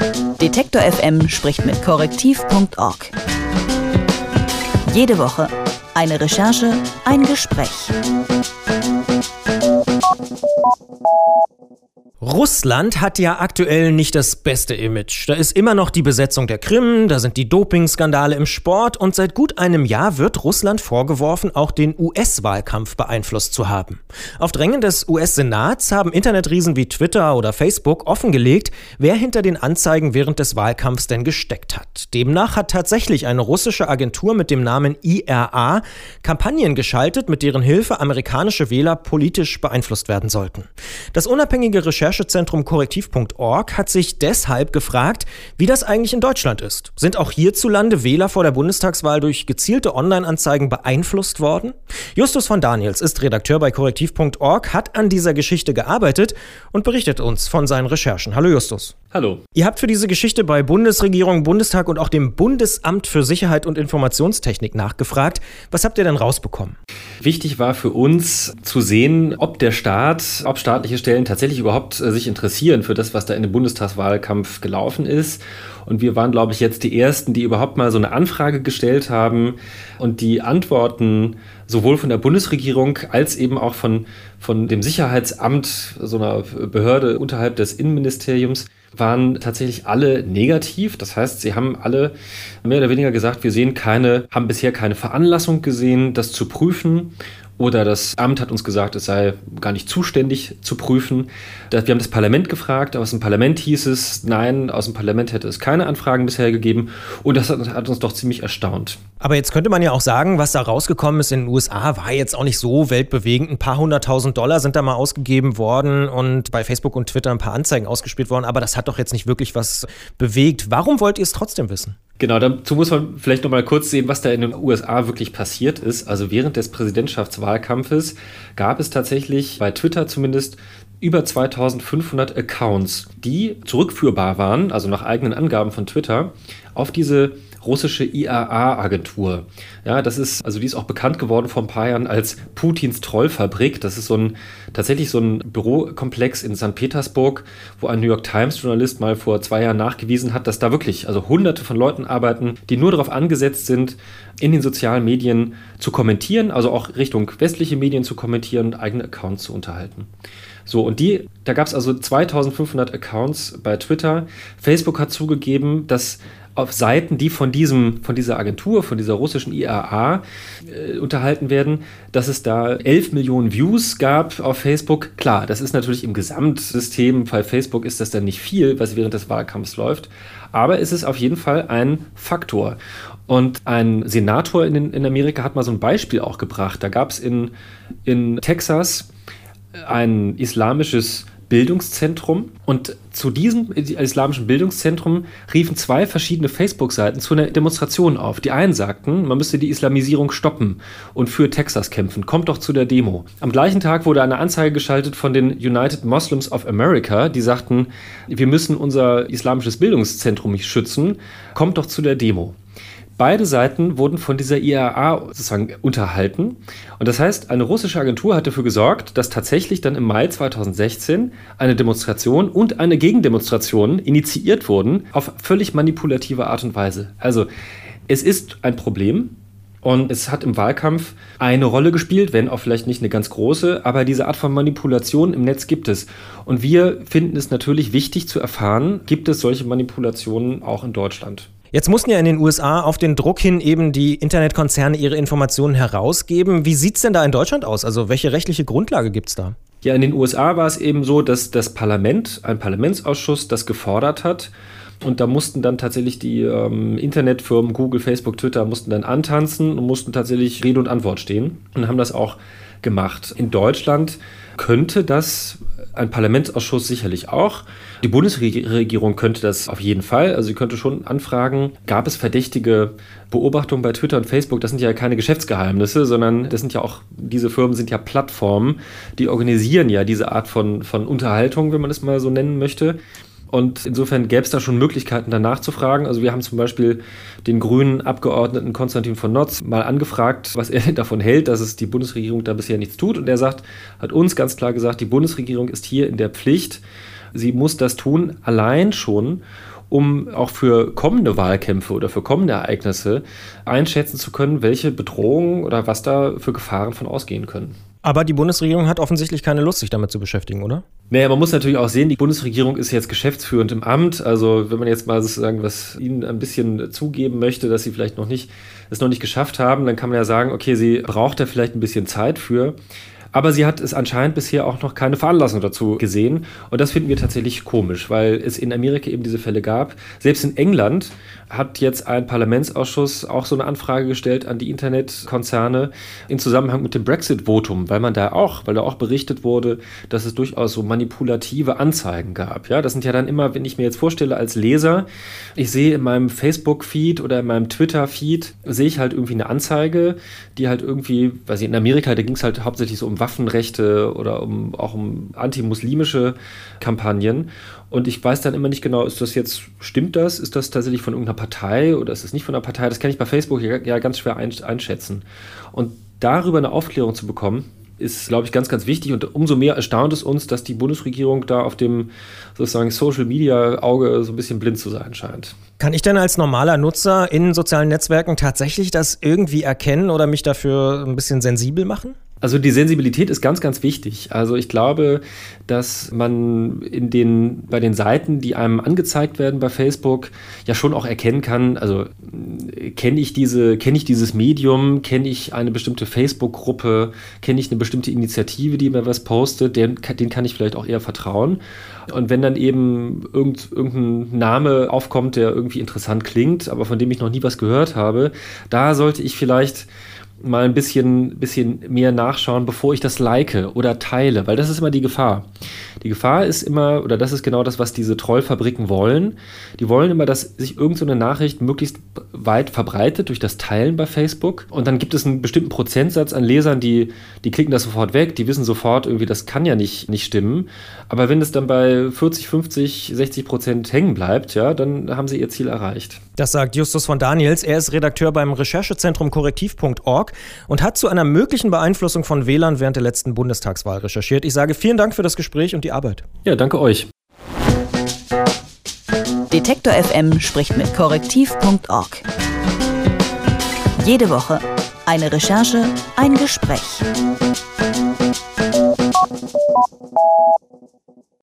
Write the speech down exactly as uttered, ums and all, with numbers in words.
Detektor F M spricht mit korrektiv punkt org. Jede Woche eine Recherche, ein Gespräch. Russland hat ja aktuell nicht das beste Image. Da ist immer noch die Besetzung der Krim, da sind die Dopingskandale im Sport und seit gut einem Jahr wird Russland vorgeworfen, auch den U S-Wahlkampf beeinflusst zu haben. Auf Drängen des U S-Senats haben Internetriesen wie Twitter oder Facebook offengelegt, wer hinter den Anzeigen während des Wahlkampfs denn gesteckt hat. Demnach hat tatsächlich eine russische Agentur mit dem Namen I R A Kampagnen geschaltet, mit deren Hilfe amerikanische Wähler politisch beeinflusst werden sollten. Das unabhängige Recherche Recherchezentrum korrektiv punkt org hat sich deshalb gefragt, wie das eigentlich in Deutschland ist. Sind auch hierzulande Wähler vor der Bundestagswahl durch gezielte Online-Anzeigen beeinflusst worden? Justus von Daniels ist Redakteur bei korrektiv punkt org, hat an dieser Geschichte gearbeitet und berichtet uns von seinen Recherchen. Hallo Justus. Hallo. Ihr habt für diese Geschichte bei Bundesregierung, Bundestag und auch dem Bundesamt für Sicherheit und Informationstechnik nachgefragt. Was habt ihr denn rausbekommen? Wichtig war für uns zu sehen, ob der Staat, ob staatliche Stellen tatsächlich überhaupt äh, sich interessieren für das, was da in dem Bundestagswahlkampf gelaufen ist. Und wir waren, glaube ich, jetzt die Ersten, die überhaupt mal so eine Anfrage gestellt haben. Und die Antworten sowohl von der Bundesregierung als eben auch von, von dem Sicherheitsamt, so einer Behörde unterhalb des Innenministeriums, waren tatsächlich alle negativ. Das heißt, sie haben alle mehr oder weniger gesagt, wir sehen keine, haben bisher keine Veranlassung gesehen, das zu prüfen. Oder das Amt hat uns gesagt, es sei gar nicht zuständig zu prüfen. Wir haben das Parlament gefragt, aus dem Parlament hieß es, nein, aus dem Parlament hätte es keine Anfragen bisher gegeben. Und das hat uns doch ziemlich erstaunt. Aber jetzt könnte man ja auch sagen, was da rausgekommen ist in den U S A, war jetzt auch nicht so weltbewegend. Ein paar hunderttausend Dollar sind da mal ausgegeben worden und bei Facebook und Twitter ein paar Anzeigen ausgespielt worden. Aber das hat doch jetzt nicht wirklich was bewegt. Warum wollt ihr es trotzdem wissen? Genau, dazu muss man vielleicht noch mal kurz sehen, was da in den U S A wirklich passiert ist. Also während des Präsidentschaftswahlkampfes gab es tatsächlich bei Twitter zumindest über zweitausendfünfhundert Accounts, die zurückführbar waren, also nach eigenen Angaben von Twitter, auf diese russische I R A-Agentur. Ja, das ist, also die ist auch bekannt geworden vor ein paar Jahren als Putins Trollfabrik. Das ist so ein, tatsächlich so ein Bürokomplex in Sankt Petersburg, wo ein New York Times-Journalist mal vor zwei Jahren nachgewiesen hat, dass da wirklich, also hunderte von Leuten arbeiten, die nur darauf angesetzt sind, in den sozialen Medien zu kommentieren, also auch Richtung westliche Medien zu kommentieren und eigene Accounts zu unterhalten. So, und die, da gab es also zweitausendfünfhundert Accounts bei Twitter. Facebook hat zugegeben, dass auf Seiten, die von diesem, von dieser Agentur, von dieser russischen I R A äh, unterhalten werden, dass es da elf Millionen Views gab auf Facebook. Klar, das ist natürlich im Gesamtsystem, bei Facebook ist das dann nicht viel, was während des Wahlkampfs läuft, aber es ist auf jeden Fall ein Faktor. Und ein Senator in, in Amerika hat mal so ein Beispiel auch gebracht. Da gab es in, in Texas ein islamisches Bildungszentrum und zu diesem islamischen Bildungszentrum riefen zwei verschiedene Facebook-Seiten zu einer Demonstration auf. Die einen sagten, man müsste die Islamisierung stoppen und für Texas kämpfen. Kommt doch zu der Demo. Am gleichen Tag wurde eine Anzeige geschaltet von den United Muslims of America, die sagten, wir müssen unser islamisches Bildungszentrum nicht schützen. Kommt doch zu der Demo. Beide Seiten wurden von dieser I R A sozusagen unterhalten. Und das heißt, eine russische Agentur hat dafür gesorgt, dass tatsächlich dann im Mai zweitausendsechzehn eine Demonstration und eine Gegendemonstration initiiert wurden auf völlig manipulative Art und Weise. Also es ist ein Problem. Und es hat im Wahlkampf eine Rolle gespielt, wenn auch vielleicht nicht eine ganz große, aber diese Art von Manipulation im Netz gibt es. Und wir finden es natürlich wichtig zu erfahren, gibt es solche Manipulationen auch in Deutschland? Jetzt mussten ja in den U S A auf den Druck hin eben die Internetkonzerne ihre Informationen herausgeben. Wie sieht's denn da in Deutschland aus? Also welche rechtliche Grundlage gibt's da? Ja, in den U S A war es eben so, dass das Parlament, ein Parlamentsausschuss, das gefordert hat. Und da mussten dann tatsächlich die ähm, Internetfirmen, Google, Facebook, Twitter, mussten dann antanzen und mussten tatsächlich Rede und Antwort stehen und haben das auch gemacht. In Deutschland könnte das ein Parlamentsausschuss sicherlich auch. Die Bundesregierung könnte das auf jeden Fall. Also sie könnte schon anfragen, gab es verdächtige Beobachtungen bei Twitter und Facebook? Das sind ja keine Geschäftsgeheimnisse, sondern das sind ja auch, diese Firmen sind ja Plattformen, die organisieren ja diese Art von, von Unterhaltung, wenn man es mal so nennen möchte. Und insofern gäbe es da schon Möglichkeiten, danach zu fragen. Also wir haben zum Beispiel den grünen Abgeordneten Konstantin von Notz mal angefragt, was er davon hält, dass es die Bundesregierung da bisher nichts tut. Und er sagt, hat uns ganz klar gesagt, die Bundesregierung ist hier in der Pflicht. Sie muss das tun, allein schon, um auch für kommende Wahlkämpfe oder für kommende Ereignisse einschätzen zu können, welche Bedrohungen oder was da für Gefahren von ausgehen können. Aber die Bundesregierung hat offensichtlich keine Lust, sich damit zu beschäftigen, oder? Naja, man muss natürlich auch sehen, die Bundesregierung ist jetzt geschäftsführend im Amt. Also wenn man jetzt mal sozusagen was ihnen ein bisschen zugeben möchte, dass sie vielleicht noch nicht, es noch nicht geschafft haben, dann kann man ja sagen, okay, sie braucht da vielleicht ein bisschen Zeit für. Aber sie hat es anscheinend bisher auch noch keine Veranlassung dazu gesehen. Und das finden wir tatsächlich komisch, weil es in Amerika eben diese Fälle gab. Selbst in England hat jetzt ein Parlamentsausschuss auch so eine Anfrage gestellt an die Internetkonzerne in Zusammenhang mit dem Brexit-Votum, weil man da auch, weil da auch berichtet wurde, dass es durchaus so manipulative Anzeigen gab. Ja, das sind ja dann immer, wenn ich mir jetzt vorstelle als Leser, ich sehe in meinem Facebook-Feed oder in meinem Twitter-Feed, sehe ich halt irgendwie eine Anzeige, die halt irgendwie, weiß ich, in Amerika, da ging es halt hauptsächlich so um Waffenrechte oder um, auch um antimuslimische Kampagnen. Und ich weiß dann immer nicht genau, ist das jetzt, stimmt das? Ist das tatsächlich von irgendeiner Partei oder ist es nicht von einer Partei? Das kann ich bei Facebook ja, ja ganz schwer einschätzen. Und darüber eine Aufklärung zu bekommen, ist, glaube ich, ganz, ganz wichtig. Und umso mehr erstaunt es uns, dass die Bundesregierung da auf dem sozusagen Social-Media-Auge so ein bisschen blind zu sein scheint. Kann ich denn als normaler Nutzer in sozialen Netzwerken tatsächlich das irgendwie erkennen oder mich dafür ein bisschen sensibel machen? Also die Sensibilität ist ganz, ganz wichtig. Also ich glaube, dass man in den, bei den Seiten, die einem angezeigt werden bei Facebook, ja schon auch erkennen kann, also kenne ich diese, kenne ich dieses Medium, kenne ich eine bestimmte Facebook-Gruppe, kenne ich eine bestimmte Initiative, die mir was postet, den, den kann ich vielleicht auch eher vertrauen. Und wenn dann eben irgend, irgendein Name aufkommt, der irgendwie interessant klingt, aber von dem ich noch nie was gehört habe, da sollte ich vielleicht mal ein bisschen, bisschen mehr nachschauen, bevor ich das like oder teile, weil das ist immer die Gefahr. Die Gefahr ist immer, oder das ist genau das, was diese Trollfabriken wollen. Die wollen immer, dass sich irgend so eine Nachricht möglichst weit verbreitet durch das Teilen bei Facebook. Und dann gibt es einen bestimmten Prozentsatz an Lesern, die, die klicken das sofort weg, die wissen sofort irgendwie, das kann ja nicht, nicht stimmen. Aber wenn es dann bei vierzig, fünfzig, sechzig Prozent hängen bleibt, ja, dann haben sie ihr Ziel erreicht. Das sagt Justus von Daniels. Er ist Redakteur beim Recherchezentrum korrektiv punkt org und hat zu einer möglichen Beeinflussung von Wählern während der letzten Bundestagswahl recherchiert. Ich sage vielen Dank für das Gespräch und die Arbeit. Ja, danke euch. Detektor F M spricht mit korrektiv punkt org. Jede Woche eine Recherche, ein Gespräch.